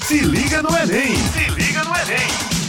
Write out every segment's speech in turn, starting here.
Se liga no Enem! Se liga no Enem!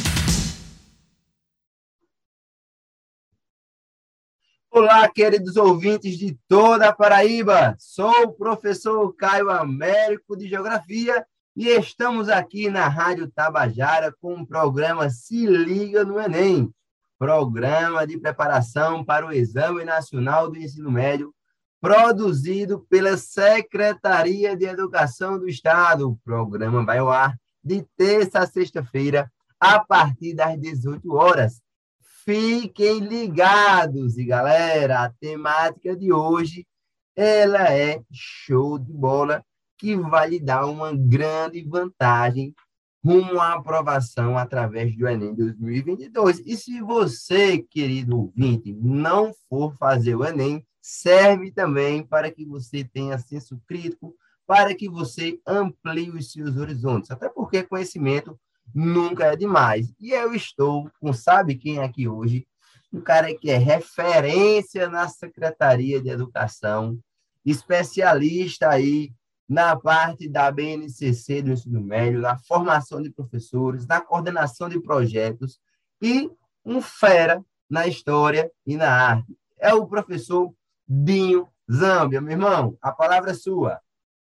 Olá, queridos ouvintes de toda a Paraíba. Sou o professor Caio Américo de Geografia e estamos aqui na Rádio Tabajara com o programa Se Liga no Enem, programa de preparação para o Exame Nacional do Ensino Médio, produzido pela Secretaria de Educação do Estado. O programa vai ao ar de terça a sexta-feira, a partir das 18 horas. Fiquem ligados, e galera, a temática de hoje, ela é show de bola, que vai lhe dar uma grande vantagem rumo à aprovação através do Enem 2022. E se você, querido ouvinte, não for fazer o Enem, serve também para que você tenha senso crítico, para que você amplie os seus horizontes, até porque conhecimento nunca é demais. E eu estou com, sabe quem aqui hoje? Um cara que é referência na Secretaria de Educação, especialista aí na parte da BNCC do ensino médio, na formação de professores, na coordenação de projetos e um fera na história e na arte. É o professor Dinho Zambia. Meu irmão, a palavra é sua.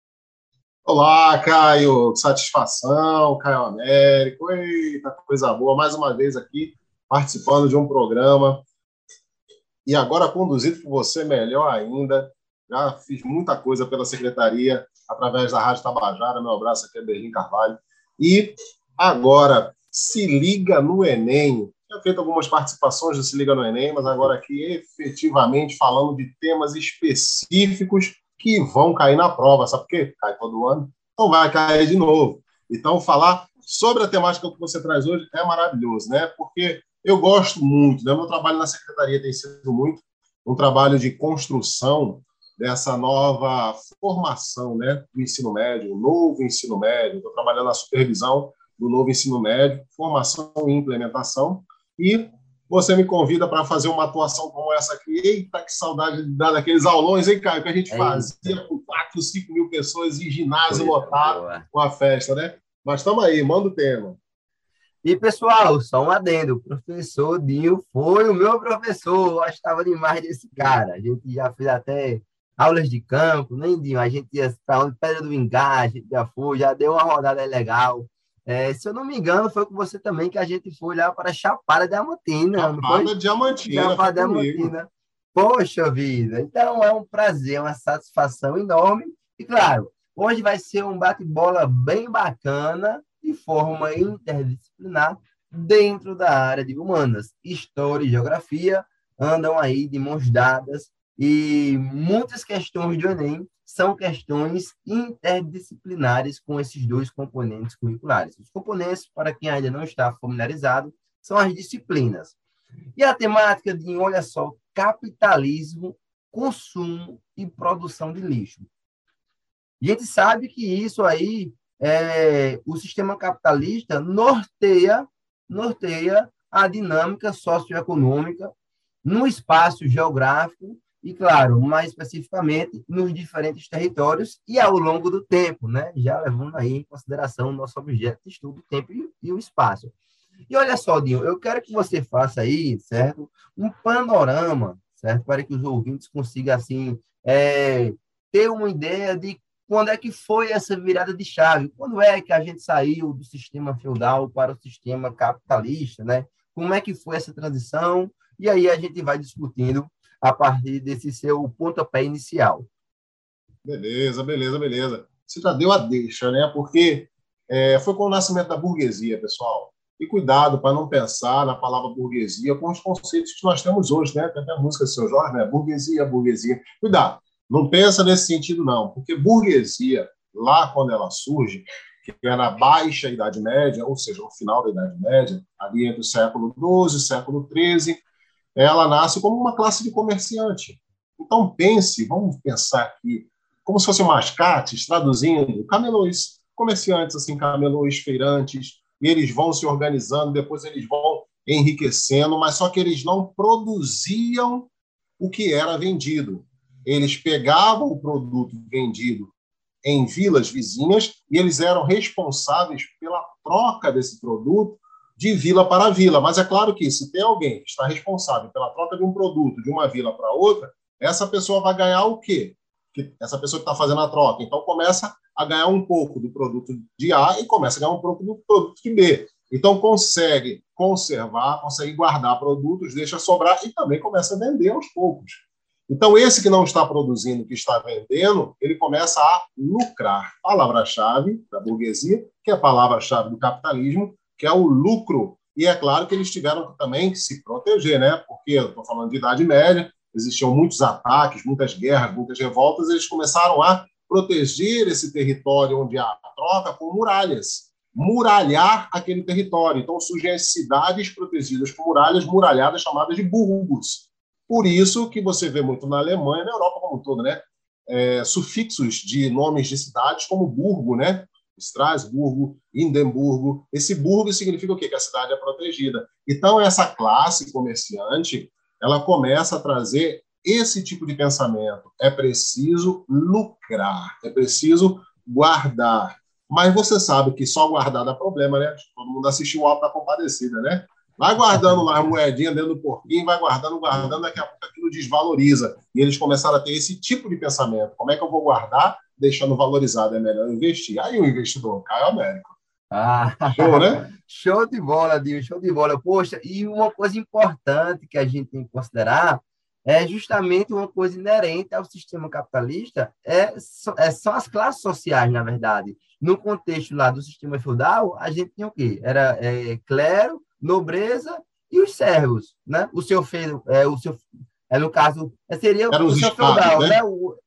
Olá, Caio, que satisfação, Caio Américo, eita, coisa boa, mais uma vez aqui, participando de um programa, e agora conduzido por você melhor ainda, já fiz muita coisa pela Secretaria, através da Rádio Tabajara, meu abraço aqui é Berlim Carvalho, e agora, se liga no Enem, já feito algumas participações do Se Liga no Enem, mas agora aqui efetivamente falando de temas específicos que vão cair na prova, sabe por quê? Cai todo ano, então vai cair de novo. Então, falar sobre a temática que você traz hoje é maravilhoso, né? Porque eu gosto muito, né? Meu trabalho na Secretaria tem sido muito um trabalho de construção dessa nova formação, né? Do ensino médio, o novo ensino médio. Estou trabalhando na supervisão do novo ensino médio, formação e implementação, e você me convida para fazer uma atuação como essa aqui. Eita, que saudade de dar daqueles aulões, hein, Caio? Que a gente fazia com 4, 5 mil pessoas em ginásio lotado, com a festa, né? Mas estamos aí, manda o tema. E, pessoal, só um adendo. O professor Dinho foi o meu professor. Eu gostava demais desse cara. A gente já fez até aulas de campo, nem Dinho. A gente ia para onde Pedra do Ingá, a gente já foi, já deu uma rodada legal. Se eu não me engano, foi com você também que a gente foi lá para Chapada Diamantina, não foi? Chapada Diamantina. Chapada Diamantina. Poxa vida! Então é um prazer, uma satisfação enorme. E claro, hoje vai ser um bate-bola bem bacana, de forma interdisciplinar, dentro da área de humanas. História e geografia andam aí de mãos dadas e muitas questões do Enem são questões interdisciplinares com esses dois componentes curriculares. Os componentes, para quem ainda não está familiarizado, são as disciplinas. E a temática de, olha só, capitalismo, consumo e produção de lixo. A gente sabe que isso aí, o sistema capitalista norteia a dinâmica socioeconômica no espaço geográfico e, claro, mais especificamente, nos diferentes territórios e ao longo do tempo, né? Já levando aí em consideração o nosso objeto de estudo, o tempo e o espaço. E olha só, Dinho, eu quero que você faça aí, certo? Um panorama, certo? Para que os ouvintes consigam, assim, ter uma ideia de quando é que foi essa virada de chave, quando é que a gente saiu do sistema feudal para o sistema capitalista, né? Como é que foi essa transição? E aí a gente vai discutindo a partir desse seu pontapé inicial. Beleza. Você já deu a deixa, né? Porque foi com o nascimento da burguesia, pessoal. E cuidado para não pensar na palavra burguesia com os conceitos que nós temos hoje, né? Tem até a música do Seu Jorge, né? Burguesia. Cuidado, não pensa nesse sentido, não. Porque burguesia, lá quando ela surge, que é na Baixa Idade Média, ou seja, no final da Idade Média, ali entre o século XII e o século XIII, ela nasce como uma classe de comerciante. Então, vamos pensar aqui, como se fossem mascates, traduzindo, camelôs, comerciantes, assim, camelôs, feirantes, e eles vão se organizando, depois eles vão enriquecendo, mas só que eles não produziam o que era vendido. Eles pegavam o produto vendido em vilas vizinhas e eles eram responsáveis pela troca desse produto de vila para vila. Mas é claro que se tem alguém que está responsável pela troca de um produto de uma vila para outra, essa pessoa vai ganhar o quê? Essa pessoa que está fazendo a troca. Então, começa a ganhar um pouco do produto de A e começa a ganhar um pouco do produto de B. Então, consegue conservar, consegue guardar produtos, deixa sobrar e também começa a vender aos poucos. Então, esse que não está produzindo, que está vendendo, ele começa a lucrar. Palavra-chave da burguesia, que é a palavra-chave do capitalismo, que é o lucro. E é claro que eles tiveram também que se proteger, né? Porque eu estou falando de Idade Média, existiam muitos ataques, muitas guerras, muitas revoltas, eles começaram a proteger esse território onde há troca com muralhas, muralhar aquele território. Então, surgem as cidades protegidas por muralhas, muralhadas, chamadas de burgos. Por isso que você vê muito na Alemanha, na Europa como um todo, né? Sufixos de nomes de cidades como burgo, né? Estrasburgo, Indemburgo. Esse burgo significa o quê? Que a cidade é protegida. Então, essa classe comerciante, ela começa a trazer esse tipo de pensamento. É preciso lucrar, é preciso guardar. Mas você sabe que só guardar dá problema, né? Todo mundo assistiu o Alto da Compadecida, né? Vai guardando lá a moedinha dentro do porquinho, vai guardando, daqui a pouco aquilo desvaloriza. E eles começaram a ter esse tipo de pensamento. Como é que eu vou guardar deixando valorizado? É melhor investir. Aí o investidor, Caio Américo. Show, né? Show de bola, Dio, show de bola. Poxa, e uma coisa importante que a gente tem que considerar é justamente uma coisa inerente ao sistema capitalista, são as classes sociais, na verdade. No contexto lá do sistema feudal, a gente tinha o quê? Era clero, nobreza e os servos, né? O seu feio, no caso, seria eram o seu estados, feudal, né?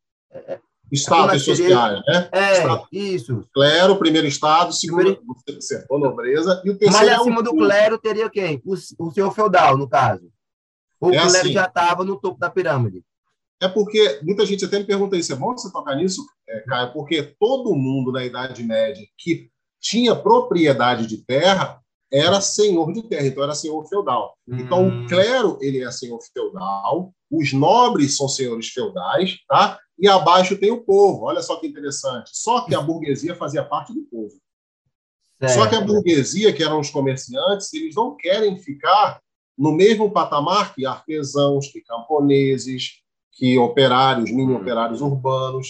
Status sociais, né? Isso. Clero, primeiro estado, segundo setor, nobreza, e o terceiro Mas acima do clero teria quem? O senhor feudal, no caso. O clero assim, já estava no topo da pirâmide. É porque muita gente até me pergunta isso, é bom você tocar nisso, Caio, porque todo mundo na Idade Média que tinha propriedade de terra era senhor de terra, então era senhor feudal. Então o clero, ele é senhor feudal, os nobres são senhores feudais, tá? E abaixo tem o povo. Olha só que interessante. Só que a burguesia fazia parte do povo. Certo. Só que a burguesia, que eram os comerciantes, eles não querem ficar no mesmo patamar que artesãos, que camponeses, que operários, mini-operários urbanos,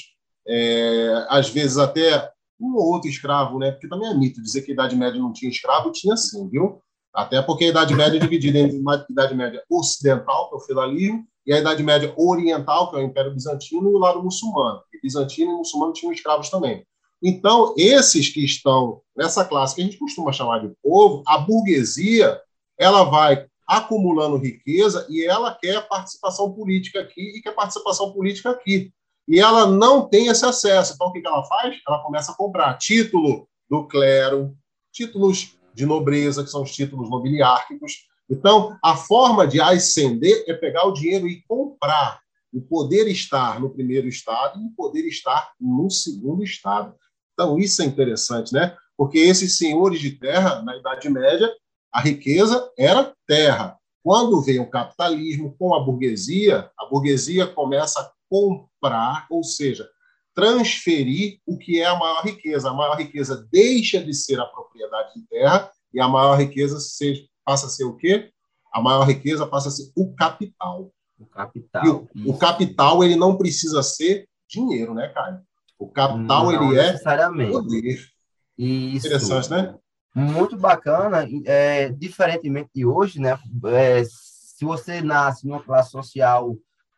às vezes até um ou outro escravo, né? Porque também é mito dizer que a Idade Média não tinha escravo, tinha sim, viu? Até porque a Idade Média é dividida entre a Idade Média ocidental, que é o feudalismo, e a Idade Média oriental, que é o Império Bizantino, e o lado muçulmano. E bizantino e muçulmano tinham escravos também. Então, esses que estão nessa classe que a gente costuma chamar de povo, a burguesia, ela vai acumulando riqueza e ela quer participação política aqui e quer participação política aqui. E ela não tem esse acesso. Então, o que ela faz? Ela começa a comprar título do clero, títulos de nobreza, que são os títulos nobiliárquicos. Então, a forma de ascender é pegar o dinheiro e comprar o poder estar no primeiro estado e o poder estar no segundo estado. Então, isso é interessante, né? Porque esses senhores de terra, na Idade Média, a riqueza era terra. Quando vem o capitalismo com a burguesia começa a comprar, ou seja, transferir o que é a maior riqueza. A maior riqueza deixa de ser a propriedade de terra e a maior riqueza passa a ser o quê? A maior riqueza passa a ser o capital. O capital. E o capital, ele não precisa ser dinheiro, né, Caio? O capital, não, ele necessariamente. Poder. Isso. Interessante, né? Muito bacana. Diferentemente de hoje, né? Se você nasce numa classe social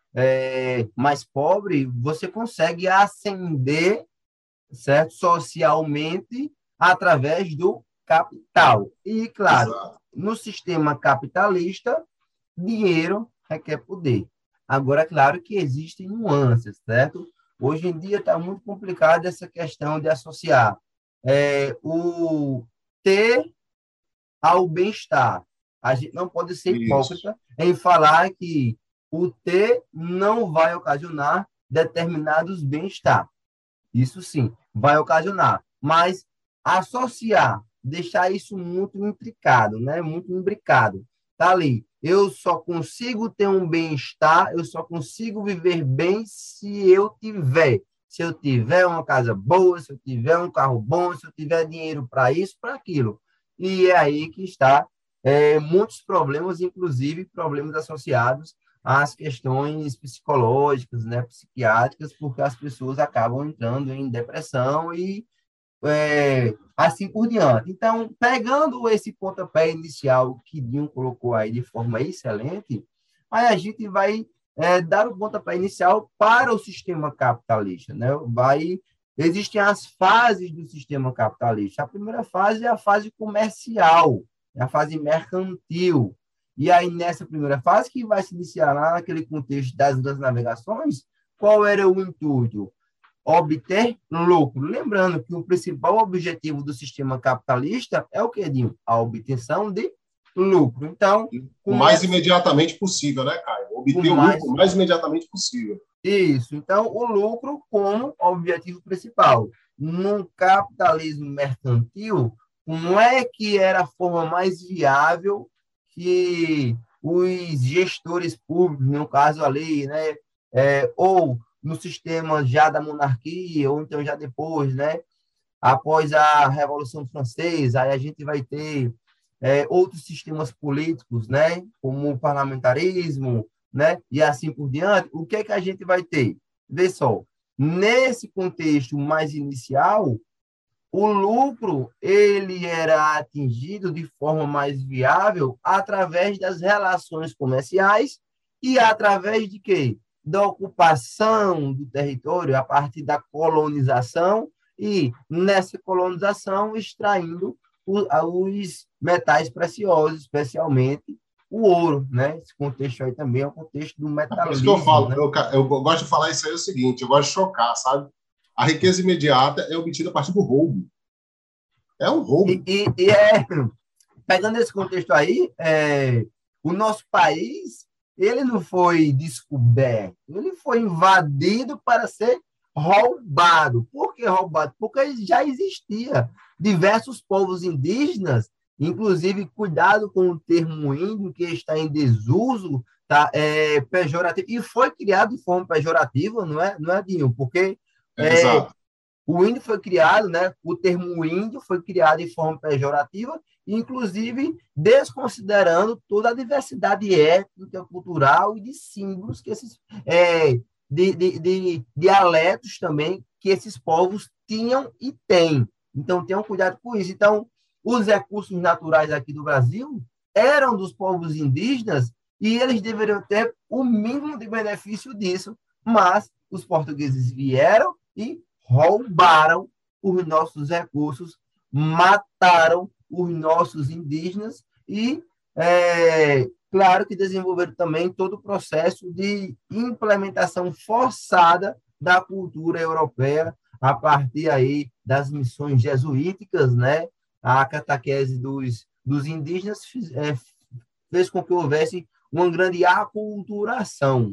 mais pobre, você consegue ascender, certo? Socialmente através do capital. E, claro, exato, no sistema capitalista, dinheiro requer poder. Agora, claro que existem nuances, certo? Hoje em dia está muito complicado essa questão de associar o ter ao bem-estar. A gente não pode ser hipócrita em falar que o ter não vai ocasionar determinados bem-estar. Isso sim, vai ocasionar. Mas associar, deixar isso muito intricado, né? Muito imbricado. Tá ali. Eu só consigo ter um bem-estar, eu só consigo viver bem se eu tiver. se eu tiver uma casa boa, se eu tiver um carro bom, se eu tiver dinheiro para isso, para aquilo. E é aí que está muitos problemas, inclusive problemas associados às questões psicológicas, né, psiquiátricas, porque as pessoas acabam entrando em depressão e assim por diante. Então, pegando esse pontapé inicial que Dinho colocou aí de forma excelente, aí a gente vai dar o pontapé inicial para o sistema capitalista, né? Existem as fases do sistema capitalista. A primeira fase é a fase comercial, é a fase mercantil. E aí, nessa primeira fase, que vai se iniciar lá naquele contexto das navegações, qual era o intuito? Obter lucro. Lembrando que o principal objetivo do sistema capitalista é o que, Dinho? A obtenção de lucro. Então, o mais imediatamente possível, né, Caio? Obter o lucro o mais imediatamente possível. Isso. Então, o lucro como objetivo principal. No capitalismo mercantil, como é que era a forma mais viável que os gestores públicos, no caso ali, né, ou no sistema já da monarquia, ou então já depois, né, após a Revolução Francesa, aí a gente vai ter outros sistemas políticos, né, como o parlamentarismo, né, e assim por diante. O que é que a gente vai ter? Vê só, nesse contexto mais inicial, o lucro ele era atingido de forma mais viável através das relações comerciais e através de quê? Da ocupação do território a partir da colonização e, nessa colonização, extraindo os metais preciosos, especialmente o ouro, né? Esse contexto aí também é o contexto do metalismo. Por isso que eu falo, né? eu gosto de falar isso aí, é o seguinte, eu gosto de chocar, sabe? A riqueza imediata é obtida a partir do roubo. É um roubo. Pegando esse contexto aí, o nosso país, ele não foi descoberto, ele foi invadido para ser roubado. Por que roubado? Porque já existia diversos povos indígenas, inclusive, cuidado com o termo índio, que está em desuso, tá, pejorativo, e foi criado de forma pejorativa, não é, Dinho? Porque Exato. o índio foi criado, né? O termo índio foi criado de forma pejorativa, inclusive desconsiderando toda a diversidade étnica, cultural e de símbolos que esses de dialetos também que esses povos tinham e têm. Então, tenham cuidado com isso. Então, os recursos naturais aqui do Brasil eram dos povos indígenas e eles deveriam ter o mínimo de benefício disso, mas os portugueses vieram e roubaram os nossos recursos, mataram os nossos indígenas e, claro que desenvolveram também todo o processo de implementação forçada da cultura europeia a partir aí das missões jesuíticas, né? A catequese dos indígenas fez com que houvesse uma grande aculturação.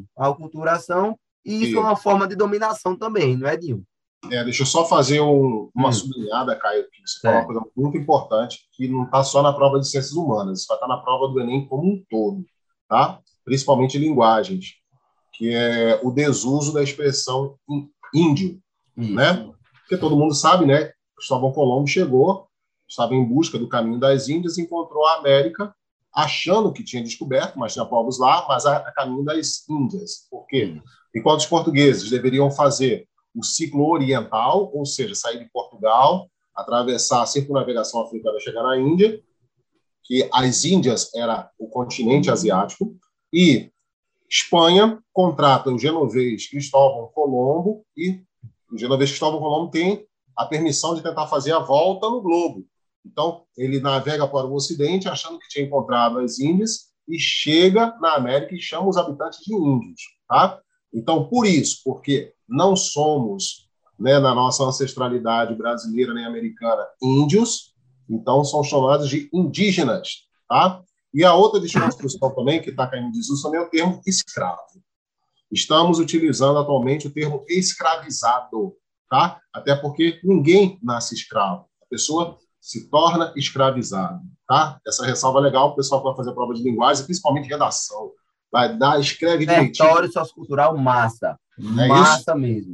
E isso é uma forma de dominação também, não é, Dinho? Deixa eu só fazer uma sublinhada, Caio, que você falou uma coisa muito importante, que não está só na prova de ciências humanas, isso vai estar na prova do Enem como um todo, tá? Principalmente linguagens, que é o desuso da expressão índio, né? Porque todo mundo sabe, né? Cristóvão Colombo chegou, estava em busca do caminho das Índias, encontrou a América, achando que tinha descoberto, mas tinha povos lá, mas a caminho das Índias. Por quê? Enquanto os portugueses deveriam fazer o ciclo oriental, ou seja, sair de Portugal, atravessar a circunnavegação africana e chegar na Índia, que as Índias era o continente asiático, e Espanha contrata o genovês Cristóvão Colombo, e o genovês Cristóvão Colombo tem a permissão de tentar fazer a volta no globo. Então, ele navega para o Ocidente, achando que tinha encontrado as Índias, e chega na América e chama os habitantes de índios. Tá? Então, por isso, porque não somos, né, na nossa ancestralidade brasileira nem americana, índios, então são chamados de indígenas. Tá? E a outra desconstrução também, que está caindo em desuso, também é o termo escravo. Estamos utilizando atualmente o termo escravizado, tá? Até porque ninguém nasce escravo. A pessoa se torna escravizado, tá? Essa ressalva é legal, o pessoal que vai fazer a prova de linguagem, principalmente redação. Vai dar, escreve direitinho. Repertório sociocultural massa. Massa mesmo.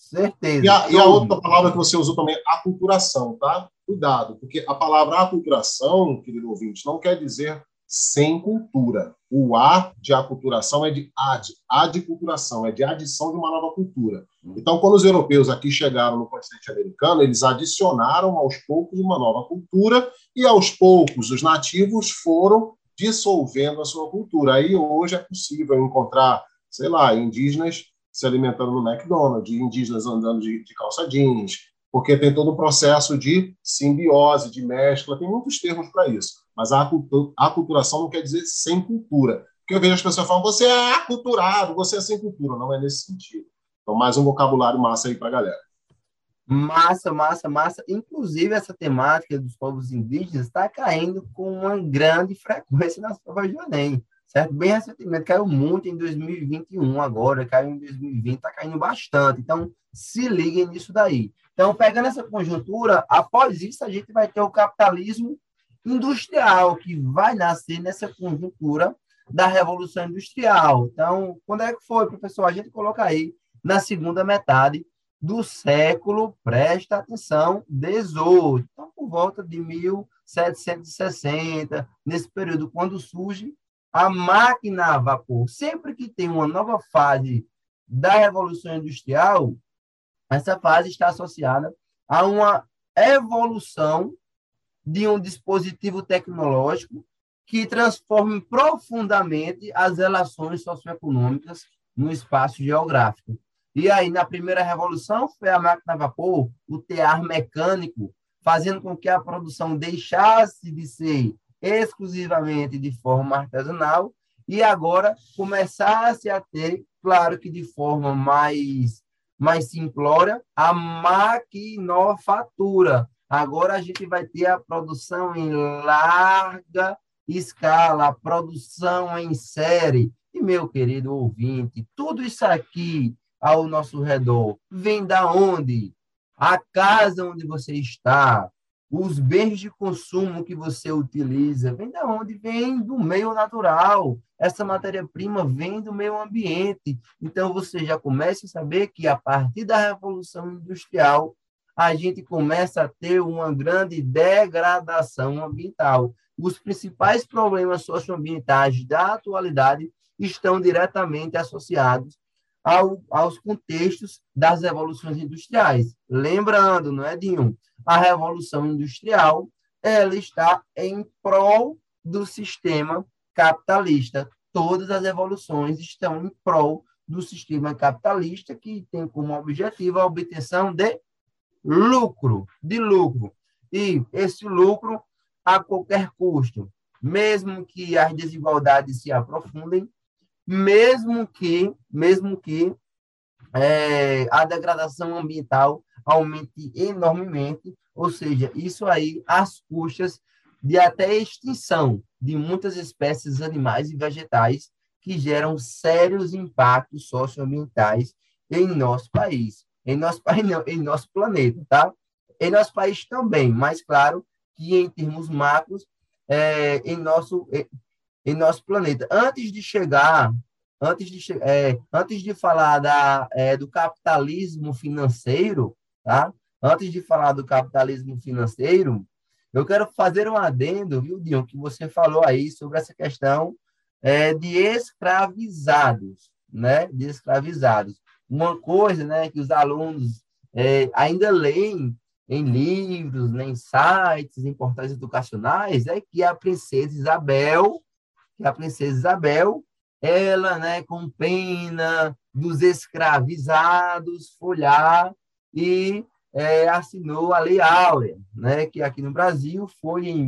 certeza. E a outra palavra que você usou também, aculturação, tá? Cuidado, porque a palavra aculturação, querido ouvinte, não quer dizer sem cultura. O A de aculturação é de adiculturação, é de adição de uma nova cultura. Então, quando os europeus aqui chegaram no continente americano, eles adicionaram aos poucos uma nova cultura e aos poucos os nativos foram dissolvendo a sua cultura. Aí hoje é possível encontrar, sei lá, indígenas se alimentando no McDonald's, indígenas andando de calça jeans, porque tem todo um processo de simbiose, de mescla, tem muitos termos para isso. Mas a aculturação não quer dizer sem cultura. Porque eu vejo as pessoas falando, você é aculturado, você é sem cultura. Não é nesse sentido. Então, mais um vocabulário massa aí para a galera. Massa, massa, massa. Inclusive, essa temática dos povos indígenas está caindo com uma grande frequência nas provas do Enem, certo? Bem recentemente, caiu muito em 2021 agora, caiu em 2020, está caindo bastante. Então, se liguem nisso daí. Então, pegando essa conjuntura, após isso, a gente vai ter o capitalismo industrial, que vai nascer nessa conjuntura da Revolução Industrial. Então, quando é que foi, professor? A gente coloca aí na segunda metade do século, presta atenção, 18. Então, por volta de 1760, nesse período, quando surge a máquina a vapor. Sempre que tem uma nova fase da Revolução Industrial, essa fase está associada a uma evolução de um dispositivo tecnológico que transforme profundamente as relações socioeconômicas no espaço geográfico. E aí, na primeira revolução, foi a máquina a vapor, o tear mecânico, fazendo com que a produção deixasse de ser exclusivamente de forma artesanal e agora começasse a ter, claro que de forma mais simplória, a maquinofatura. Agora a gente vai ter a produção em larga escala, a produção em série. E, meu querido ouvinte, tudo isso aqui ao nosso redor vem da onde? A casa onde você está, os bens de consumo que você utiliza, vem da onde? Vem do meio natural. Essa matéria-prima vem do meio ambiente. Então, você já começa a saber que, a partir da Revolução Industrial, a gente começa a ter uma grande degradação ambiental. Os principais problemas socioambientais da atualidade estão diretamente associados aos contextos das revoluções industriais. Lembrando, não é, Dinho? A Revolução Industrial, ela está em prol do sistema capitalista. Todas as revoluções estão em prol do sistema capitalista, que tem como objetivo a obtenção de lucro. E esse lucro a qualquer custo, mesmo que as desigualdades se aprofundem, mesmo que a degradação ambiental aumente enormemente, ou seja, isso aí às custas de até extinção de muitas espécies animais e vegetais que geram sérios impactos socioambientais em nosso país. Em nosso país não, em nosso planeta, tá? Em nosso país também, mas claro que em termos macros, em nosso planeta. Antes de falar do capitalismo financeiro, tá? Antes de falar do capitalismo financeiro, eu quero fazer um adendo, viu, Dion, que você falou aí sobre essa questão de escravizados, né? De escravizados. Uma coisa, né, que os alunos ainda leem em livros, né, em sites, em portais educacionais, é que a princesa Isabel, ela, né, com pena dos escravizados, foi lá e assinou a Lei Áurea, né, que aqui no Brasil foi em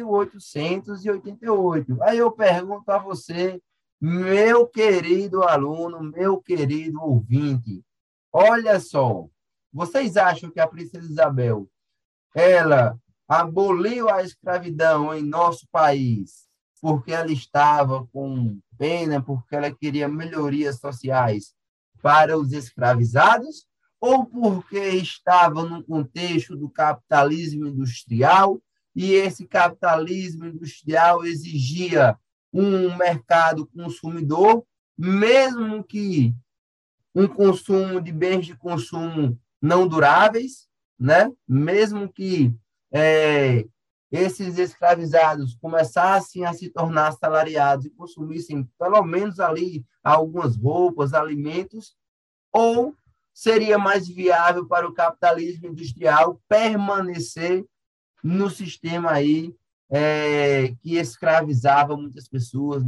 1888. Aí eu pergunto a você, meu querido aluno, meu querido ouvinte, olha só, vocês acham que a princesa Isabel, ela aboliu a escravidão em nosso país porque ela estava com pena, porque ela queria melhorias sociais para os escravizados, ou porque estava no contexto do capitalismo industrial e esse capitalismo industrial exigia um mercado consumidor, mesmo que um consumo de bens de consumo não duráveis, né? Mesmo que esses escravizados começassem a se tornar assalariados e consumissem pelo menos ali algumas roupas, alimentos, ou seria mais viável para o capitalismo industrial permanecer no sistema aí que escravizava muitas pessoas,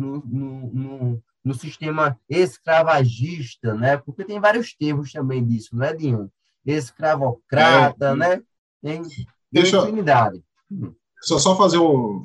no sistema escravagista, né? Porque tem vários termos também disso, não é, Dinho? Escravocrata, né? Tem Deixa, infinidade. deixa eu só fazer um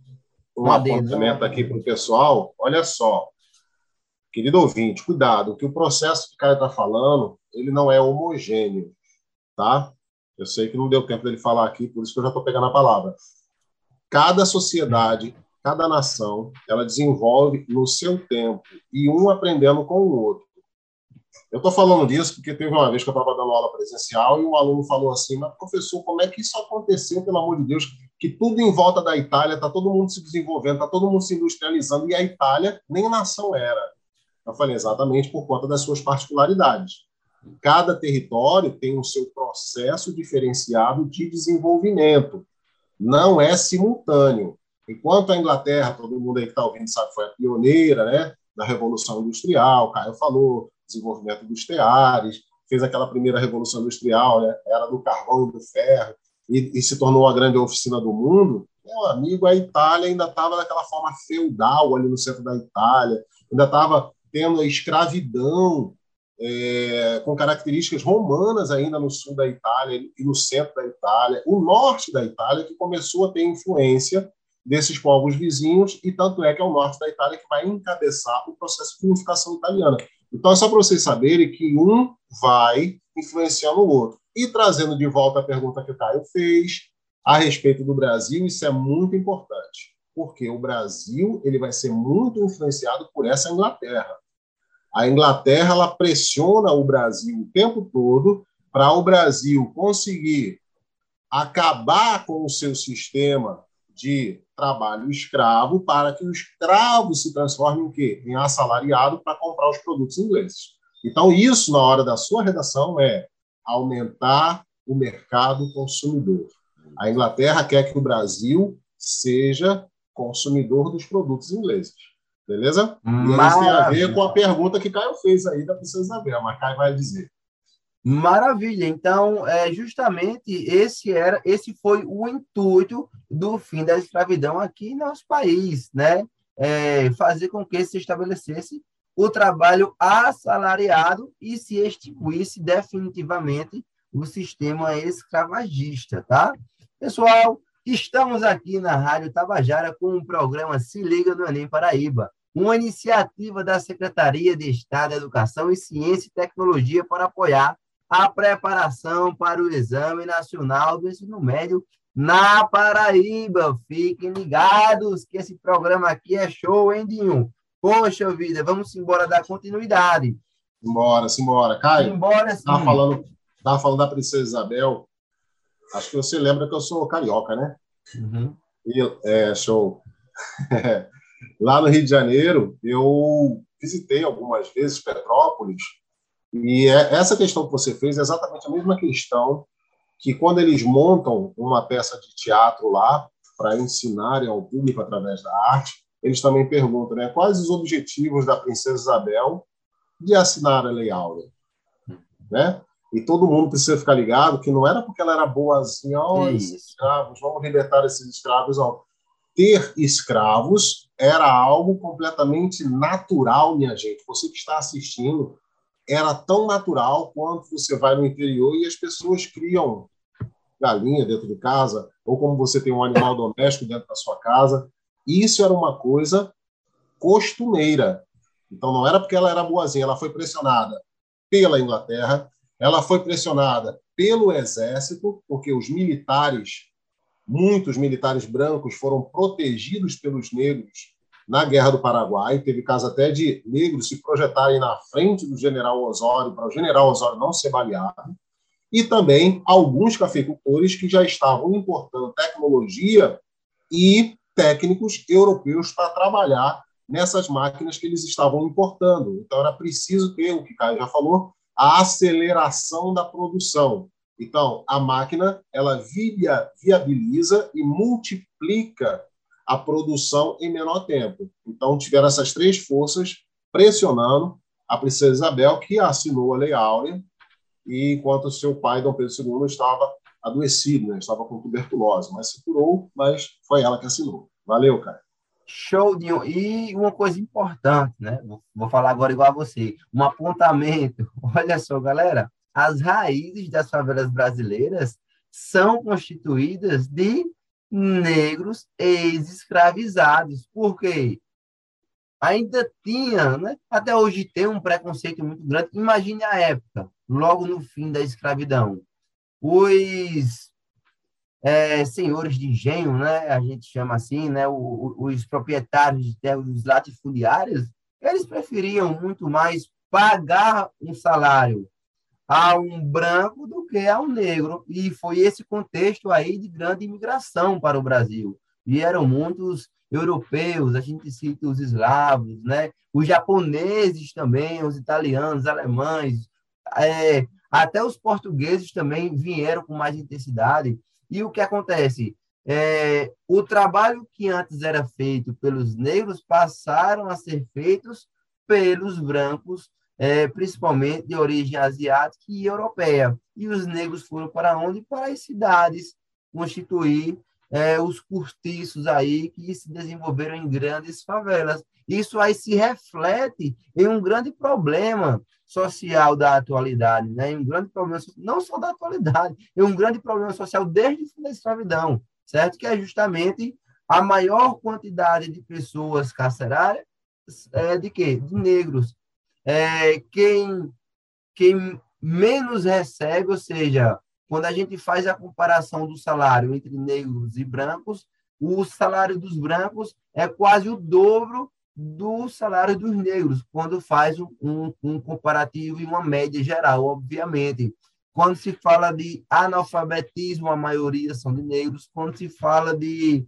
Adendo. apontamento aqui para o pessoal. Olha só, querido ouvinte, cuidado, que o processo que o Caio está falando, ele não é homogêneo, tá? Eu sei que não deu tempo dele falar aqui, por isso que eu já estou pegando a palavra. Cada sociedade, cada nação, ela desenvolve no seu tempo, e um aprendendo com o outro. Eu estou falando disso porque teve uma vez que eu estava dando aula presencial e um aluno falou assim, mas professor, como é que isso aconteceu, pelo amor de Deus, que tudo em volta da Itália, está todo mundo se desenvolvendo, está todo mundo se industrializando, e a Itália nem nação era. Eu falei, exatamente por conta das suas particularidades. Cada território tem o seu processo diferenciado de desenvolvimento. Não é simultâneo. Enquanto a Inglaterra, todo mundo aí que está ouvindo sabe, foi a pioneira, né, da Revolução Industrial, Caio falou, desenvolvimento dos teares, fez aquela primeira Revolução Industrial, né, era do carvão e do ferro, e se tornou a grande oficina do mundo. Meu amigo, a Itália ainda estava daquela forma feudal ali no centro da Itália, ainda estava tendo a escravidão com características romanas ainda no sul da Itália e no centro da Itália, o norte da Itália que começou a ter influência desses povos vizinhos, e tanto é que é o norte da Itália que vai encabeçar o processo de unificação italiana. Então é só para vocês saberem que um vai influenciando o outro. E trazendo de volta a pergunta que o Caio fez a respeito do Brasil, isso é muito importante, porque o Brasil ele vai ser muito influenciado por essa Inglaterra. A Inglaterra ela pressiona o Brasil o tempo todo para o Brasil conseguir acabar com o seu sistema de trabalho escravo para que o escravo se transforme em quê? Em assalariado para comprar os produtos ingleses. Então, isso, na hora da sua redação, é aumentar o mercado consumidor. A Inglaterra quer que o Brasil seja consumidor dos produtos ingleses. Beleza? E isso tem a ver com a pergunta que Caio fez aí da Princesa Isabel, mas Caio vai dizer. Maravilha. Então, justamente esse foi o intuito do fim da escravidão aqui em nosso país, né? Fazer com que se estabelecesse o trabalho assalariado e se extinguisse definitivamente o sistema escravagista, tá? Pessoal, estamos aqui na Rádio Tabajara com o programa Se Liga no Enem Paraíba, uma iniciativa da Secretaria de Estado da Educação e Ciência e Tecnologia para apoiar a preparação para o Exame Nacional do Ensino Médio na Paraíba. Fiquem ligados que esse programa aqui é show, hein, Dinho? Poxa vida, vamos embora dar continuidade. Simbora. Caio, simbora, sim. Estava falando da Princesa Isabel. Acho que você lembra que eu sou carioca, né? Uhum. Show. Lá no Rio de Janeiro, eu visitei algumas vezes Petrópolis, e essa questão que você fez é exatamente a mesma questão que quando eles montam uma peça de teatro lá para ensinarem ao público através da arte, eles também perguntam, né, quais os objetivos da Princesa Isabel de assinar a Lei Áurea, né? E todo mundo precisa ficar ligado que não era porque ela era boazinha, esses escravos, vamos libertar esses escravos. Não. Ter escravos era algo completamente natural, minha gente. Você que está assistindo, era tão natural quanto você vai no interior e as pessoas criam galinha dentro de casa, ou como você tem um animal doméstico dentro da sua casa. Isso era uma coisa costumeira. Então, não era porque ela era boazinha, ela foi pressionada pela Inglaterra, ela foi pressionada pelo exército, porque os militares, muitos militares brancos foram protegidos pelos negros na Guerra do Paraguai. Teve caso até de negros se projetarem na frente do general Osório, para o general Osório não ser baleado. E também alguns cafeicultores que já estavam importando tecnologia e técnicos europeus para trabalhar nessas máquinas que eles estavam importando. Então, era preciso ter, o que o Caio já falou, a aceleração da produção. Então, a máquina ela viabiliza e multiplica a produção em menor tempo. Então, tiveram essas três forças pressionando a princesa Isabel, que assinou a Lei Áurea, e enquanto seu pai, Dom Pedro II, estava adoecido, né? Estava com tuberculose, mas se curou, mas foi ela que assinou. Valeu, cara. Show de... E uma coisa importante, né? Vou falar agora igual a você. Um apontamento. Olha só, galera, as raízes das favelas brasileiras são constituídas de negros ex-escravizados. Por quê? Ainda tinha, né? Até hoje tem um preconceito muito grande. Imagine a época, logo no fim da escravidão. Os senhores de engenho, né? A gente chama assim, né? Os proprietários de terras, os latifundiários, eles preferiam muito mais pagar um salário a um branco do que a um negro. E foi esse contexto aí de grande imigração para o Brasil. Vieram muitos europeus, a gente cita os eslavos, né? Os japoneses também, os italianos, alemães, até os portugueses também vieram com mais intensidade. E o que acontece? O trabalho que antes era feito pelos negros passaram a ser feitos pelos brancos, principalmente de origem asiática e europeia. E os negros foram para onde? Para as cidades, constituir os cortiços aí que se desenvolveram em grandes favelas. Isso aí se reflete em um grande problema social da atualidade, né? Em um grande problema, não só da atualidade, é um grande problema social desde o fim da escravidão, certo? Que é justamente a maior quantidade de pessoas carcerárias de quê? De negros. Quem menos recebe, ou seja, quando a gente faz a comparação do salário entre negros e brancos, o salário dos brancos é quase o dobro do salário dos negros, quando faz um comparativo e uma média geral, obviamente. Quando se fala de analfabetismo, a maioria são de negros. Quando se fala de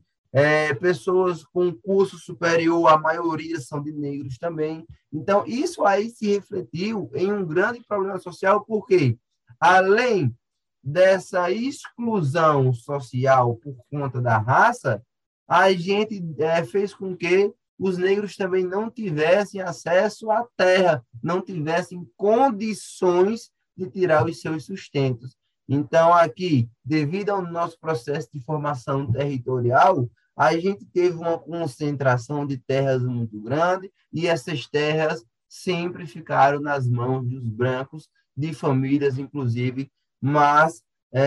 pessoas com curso superior, a maioria são de negros também. Então, isso aí se refletiu em um grande problema social, porque, além dessa exclusão social por conta da raça, a gente fez com que os negros também não tivessem acesso à terra, não tivessem condições de tirar os seus sustentos. Então, aqui, devido ao nosso processo de formação territorial, a gente teve uma concentração de terras muito grande e essas terras sempre ficaram nas mãos dos brancos, de famílias, inclusive, mas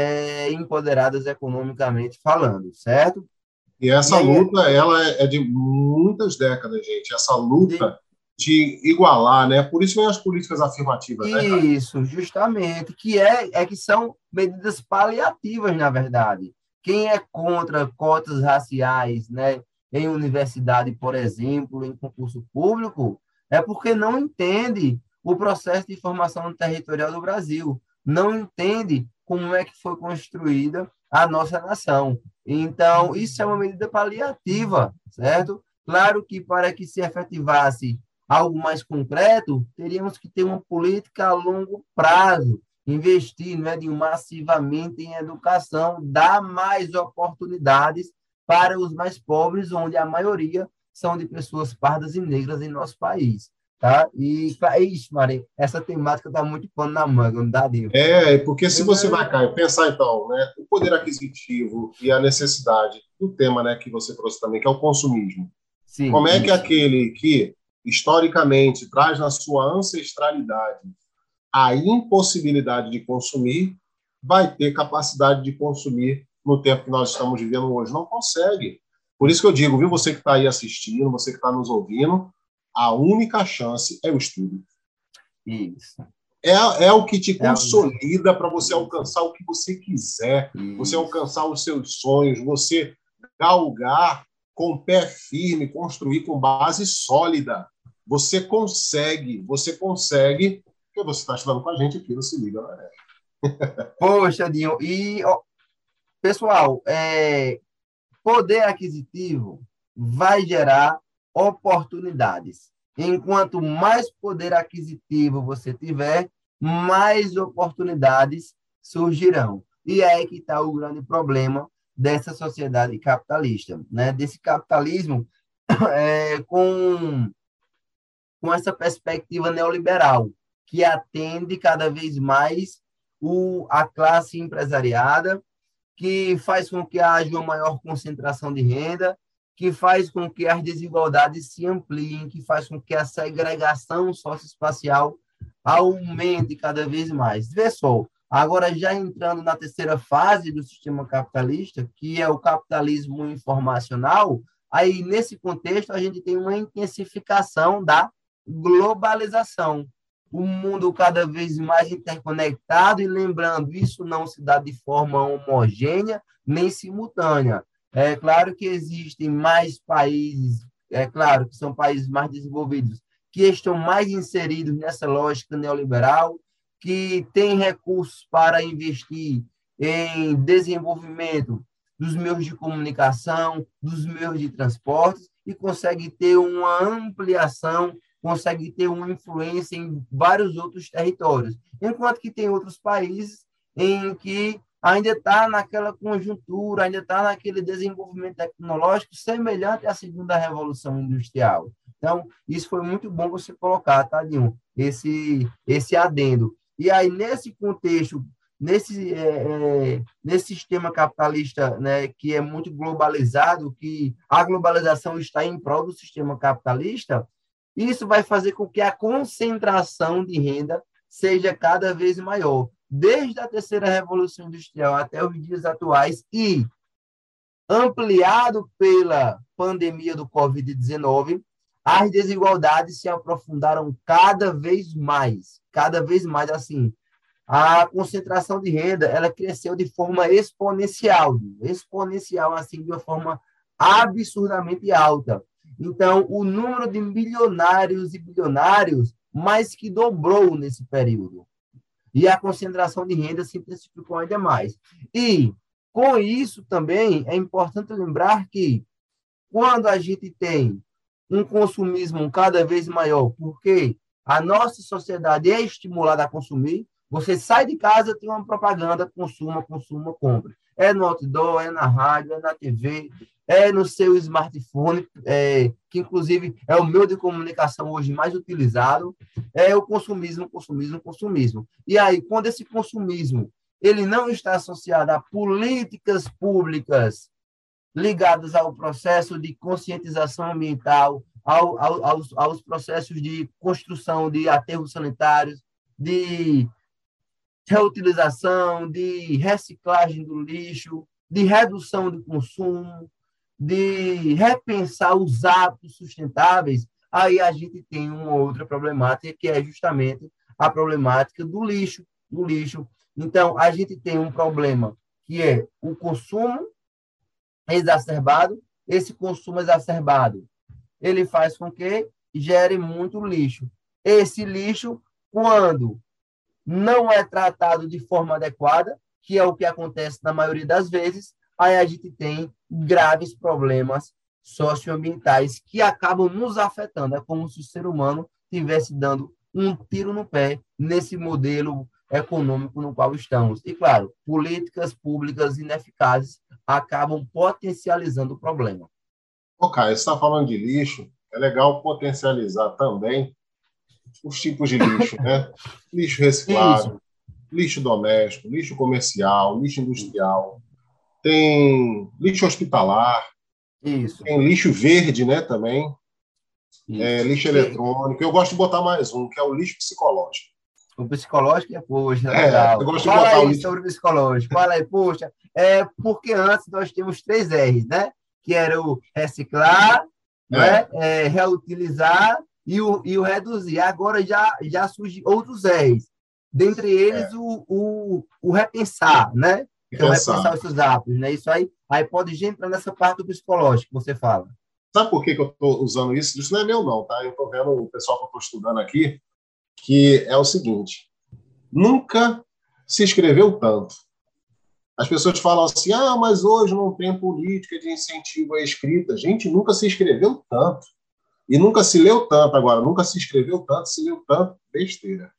empoderadas economicamente falando, certo? E essa luta, ela é de muitas décadas, gente. Essa luta de igualar, né? Por isso vem as políticas afirmativas, né, cara? Isso, justamente, que são medidas paliativas, na verdade. Quem é contra cotas raciais, né, em universidade, por exemplo, em concurso público, é porque não entende o processo de formação territorial do Brasil, não entende como é que foi construída a nossa nação. Então, isso é uma medida paliativa, certo? Claro que para que se efetivasse algo mais concreto, teríamos que ter uma política a longo prazo, investir, né, massivamente em educação, dar mais oportunidades para os mais pobres, onde a maioria são de pessoas pardas e negras em nosso país. Tá? E, ixi, Maria, essa temática está muito pano na manga, não dá Deus. Porque se você vai, Caio, pensar então, né, o poder aquisitivo e a necessidade do tema, né, que você trouxe também, que é o consumismo. Sim, como é que aquele que, historicamente, traz na sua ancestralidade a impossibilidade de consumir, vai ter capacidade de consumir no tempo que nós estamos vivendo hoje? Não consegue. Por isso que eu digo, viu, você que está aí assistindo, você que está nos ouvindo, a única chance é o estudo. Isso. É o que te consolida para você alcançar o que você quiser, você alcançar os seus sonhos, você galgar com o pé firme, construir com base sólida. Você consegue, porque você está estudando com a gente aqui no Se Liga, né? Poxa, Dinho, e, pessoal, poder aquisitivo vai gerar oportunidades. Enquanto mais poder aquisitivo você tiver, mais oportunidades surgirão. E é aí que está o grande problema dessa sociedade capitalista, né? Desse capitalismo com essa perspectiva neoliberal, que atende cada vez mais a classe empresariada, que faz com que haja uma maior concentração de renda, que faz com que as desigualdades se ampliem, que faz com que a segregação socioespacial aumente cada vez mais. Vê só, agora já entrando na terceira fase do sistema capitalista, que é o capitalismo informacional, aí nesse contexto a gente tem uma intensificação da globalização. O mundo cada vez mais interconectado, e lembrando, isso não se dá de forma homogênea nem simultânea. É claro que existem mais países, é claro que são países mais desenvolvidos, que estão mais inseridos nessa lógica neoliberal, que têm recursos para investir em desenvolvimento dos meios de comunicação, dos meios de transportes, e consegue ter uma ampliação, consegue ter uma influência em vários outros territórios, enquanto que tem outros países em que ainda está naquela conjuntura, ainda está naquele desenvolvimento tecnológico semelhante à segunda revolução industrial. Então, isso foi muito bom você colocar, Tadinho, esse adendo. E aí, nesse contexto, nesse sistema capitalista, né, que é muito globalizado, que a globalização está em prol do sistema capitalista, isso vai fazer com que a concentração de renda seja cada vez maior, desde a terceira revolução industrial até os dias atuais, e ampliado pela pandemia do Covid-19, as desigualdades se aprofundaram cada vez mais, assim. A concentração de renda, ela cresceu de forma exponencial, assim, de uma forma absurdamente alta. Então, o número de milionários e bilionários mais que dobrou nesse período. E a concentração de renda se intensificou ainda mais. E, com isso também, é importante lembrar que, quando a gente tem um consumismo cada vez maior, porque a nossa sociedade é estimulada a consumir, você sai de casa, tem uma propaganda, consuma, consuma, compre. É no outdoor, é na rádio, é na TV, é no seu smartphone, que inclusive é o meio de comunicação hoje mais utilizado, é o consumismo, consumismo, consumismo. E aí, quando esse consumismo ele não está associado a políticas públicas ligadas ao processo de conscientização ambiental, aos processos de construção de aterros sanitários, de reutilização, de reciclagem do lixo, de redução do consumo, de repensar os hábitos sustentáveis, aí a gente tem uma outra problemática, que é justamente a problemática do lixo. Então, a gente tem um problema que é o consumo exacerbado. Esse consumo exacerbado, ele faz com que gere muito lixo. Esse lixo, quando não é tratado de forma adequada, que é o que acontece na maioria das vezes, aí a gente tem graves problemas socioambientais que acabam nos afetando. É como se o ser humano estivesse dando um tiro no pé nesse modelo econômico no qual estamos. E, claro, políticas públicas ineficazes acabam potencializando o problema. Caio, você está falando de lixo, é legal potencializar também os tipos de lixo, né? Lixo reciclável, isso. Lixo doméstico, lixo comercial, lixo industrial, tem lixo hospitalar, isso. Tem lixo verde, né, também, lixo eletrônico. Eu gosto de botar mais um, que é o lixo psicológico. O psicológico é, poxa, legal. Eu gosto Fala de botar aí o lixo sobre o psicológico. Fala aí, poxa, porque antes nós tínhamos 3 R's, né? Que era o reciclar, né? Reutilizar e o reduzir. Agora já surgem outros R's. Dentre eles, o repensar, né? Então, repensar os seus hábitos, né? Isso aí pode já entrar nessa parte do psicológico que você fala. Sabe por que eu estou usando isso? Isso não é meu, não, tá? Eu estou vendo o pessoal que eu estou estudando aqui, que é o seguinte: nunca se escreveu tanto. As pessoas falam assim, mas hoje não tem política de incentivo à escrita. Gente, nunca se escreveu tanto. E nunca se leu tanto agora, nunca se escreveu tanto, se leu tanto besteira.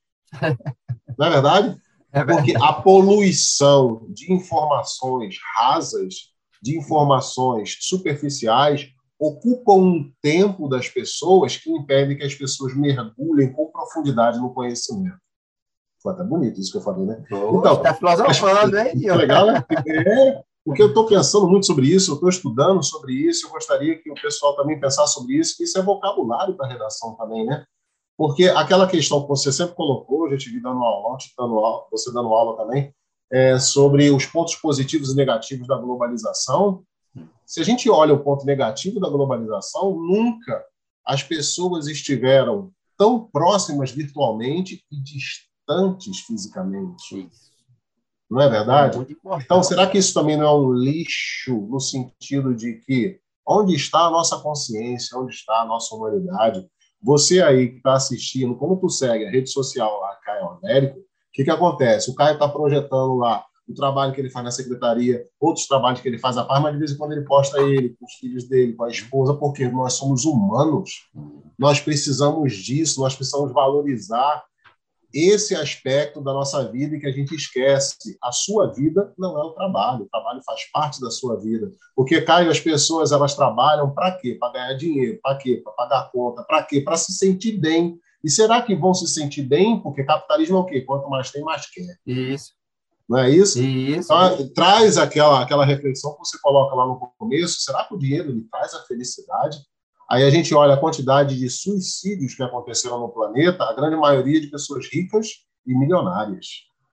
Não é verdade? Porque a poluição de informações rasas, de informações superficiais, ocupa um tempo das pessoas que impede que as pessoas mergulhem com profundidade no conhecimento. Foi até bonito isso que eu falei, né? Então, está filosofando, hein? Legal, né? Porque eu estou pensando muito sobre isso, eu estou estudando sobre isso, eu gostaria que o pessoal também pensasse sobre isso, que isso é vocabulário para a redação também, né? Porque aquela questão que você sempre colocou, a gente dando aula, você dando aula também, sobre os pontos positivos e negativos da globalização. Se a gente olha o ponto negativo da globalização, nunca as pessoas estiveram tão próximas virtualmente e distantes fisicamente. Não é verdade? Então, será que isso também não é um lixo no sentido de que onde está a nossa consciência, onde está a nossa humanidade? Você aí que está assistindo, como tu segue a rede social lá, Caio Américo, o que acontece? O Caio está projetando lá o trabalho que ele faz na secretaria, outros trabalhos que ele faz à parte, mas de vez em quando ele posta ele, com os filhos dele, com a esposa, porque nós somos humanos, nós precisamos disso, nós precisamos valorizar esse aspecto da nossa vida e que a gente esquece. A sua vida não é o trabalho faz parte da sua vida. Porque, Caio, as pessoas elas trabalham para quê? Para ganhar dinheiro, para quê? Para pagar conta, para quê? Para se sentir bem. E será que vão se sentir bem? Porque capitalismo é o quê? Quanto mais tem, mais quer. Isso. Não é isso? Isso. Então, traz aquela reflexão que você coloca lá no começo. Será que o dinheiro ele traz a felicidade? Aí a gente olha a quantidade de suicídios que aconteceram no planeta, a grande maioria de pessoas ricas e milionárias.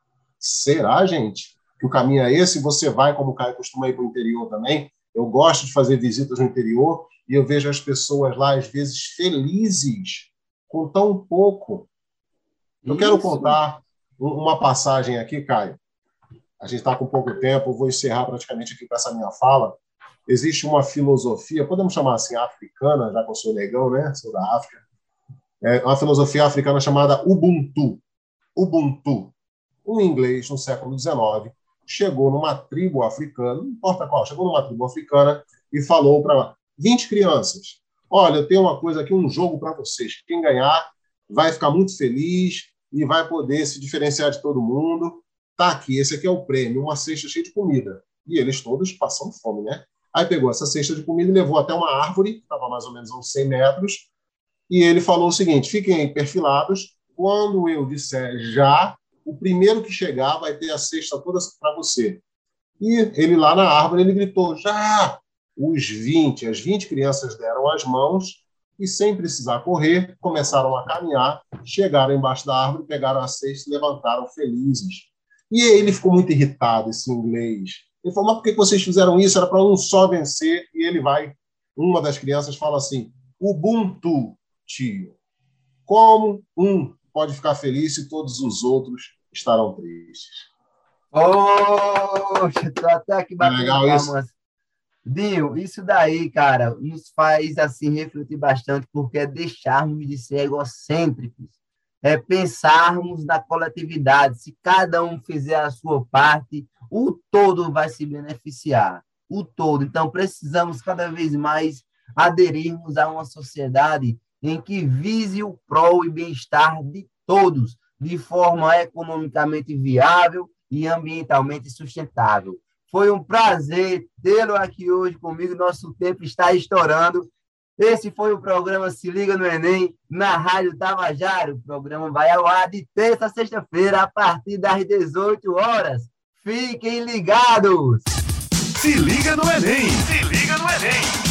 Será, gente, que o caminho é esse? Você vai, como o Caio costuma ir para o interior também. Eu gosto de fazer visitas no interior e eu vejo as pessoas lá, às vezes, felizes com tão pouco. Eu quero contar uma passagem aqui, Caio. A gente está com pouco tempo, eu vou encerrar praticamente aqui com essa minha fala. Existe uma filosofia, podemos chamar assim, africana, já que eu sou negão, né? Sou da África. É uma filosofia africana chamada Ubuntu. Ubuntu. Um inglês, no século XIX, chegou numa tribo africana, não importa qual, chegou numa tribo africana e falou para 20 crianças, olha, eu tenho uma coisa aqui, um jogo para vocês. Quem ganhar vai ficar muito feliz e vai poder se diferenciar de todo mundo. Tá aqui, esse aqui é o prêmio, uma cesta cheia de comida. E eles todos passando fome, né? Aí pegou essa cesta de comida e levou até uma árvore, que estava mais ou menos a uns 100 metros, e ele falou o seguinte, fiquem aí perfilados, quando eu disser já, o primeiro que chegar vai ter a cesta toda para você. E ele lá na árvore, ele gritou, já! As 20 crianças deram as mãos e, sem precisar correr, começaram a caminhar, chegaram embaixo da árvore, pegaram a cesta e levantaram felizes. E ele ficou muito irritado, esse inglês. Ele falou, mas por que vocês fizeram isso? Era para um só vencer. E ele vai, uma das crianças fala assim, Ubuntu, tio. Como um pode ficar feliz se todos os outros estarão tristes? Poxa, tô até aqui batendo palmas. Dinho, isso daí, cara, nos faz assim refletir bastante, porque é deixarmos de ser egocêntricos, é pensarmos na coletividade. Se cada um fizer a sua parte, o todo vai se beneficiar, o todo. Então, precisamos cada vez mais aderirmos a uma sociedade em que vise o prol e bem-estar de todos, de forma economicamente viável e ambientalmente sustentável. Foi um prazer tê-lo aqui hoje comigo, nosso tempo está estourando. Esse foi o programa Se Liga no Enem, na Rádio Tabajara. O programa vai ao ar de terça a sexta-feira, a partir das 18 horas. Fiquem ligados! Se liga no Enem! Se liga no Enem!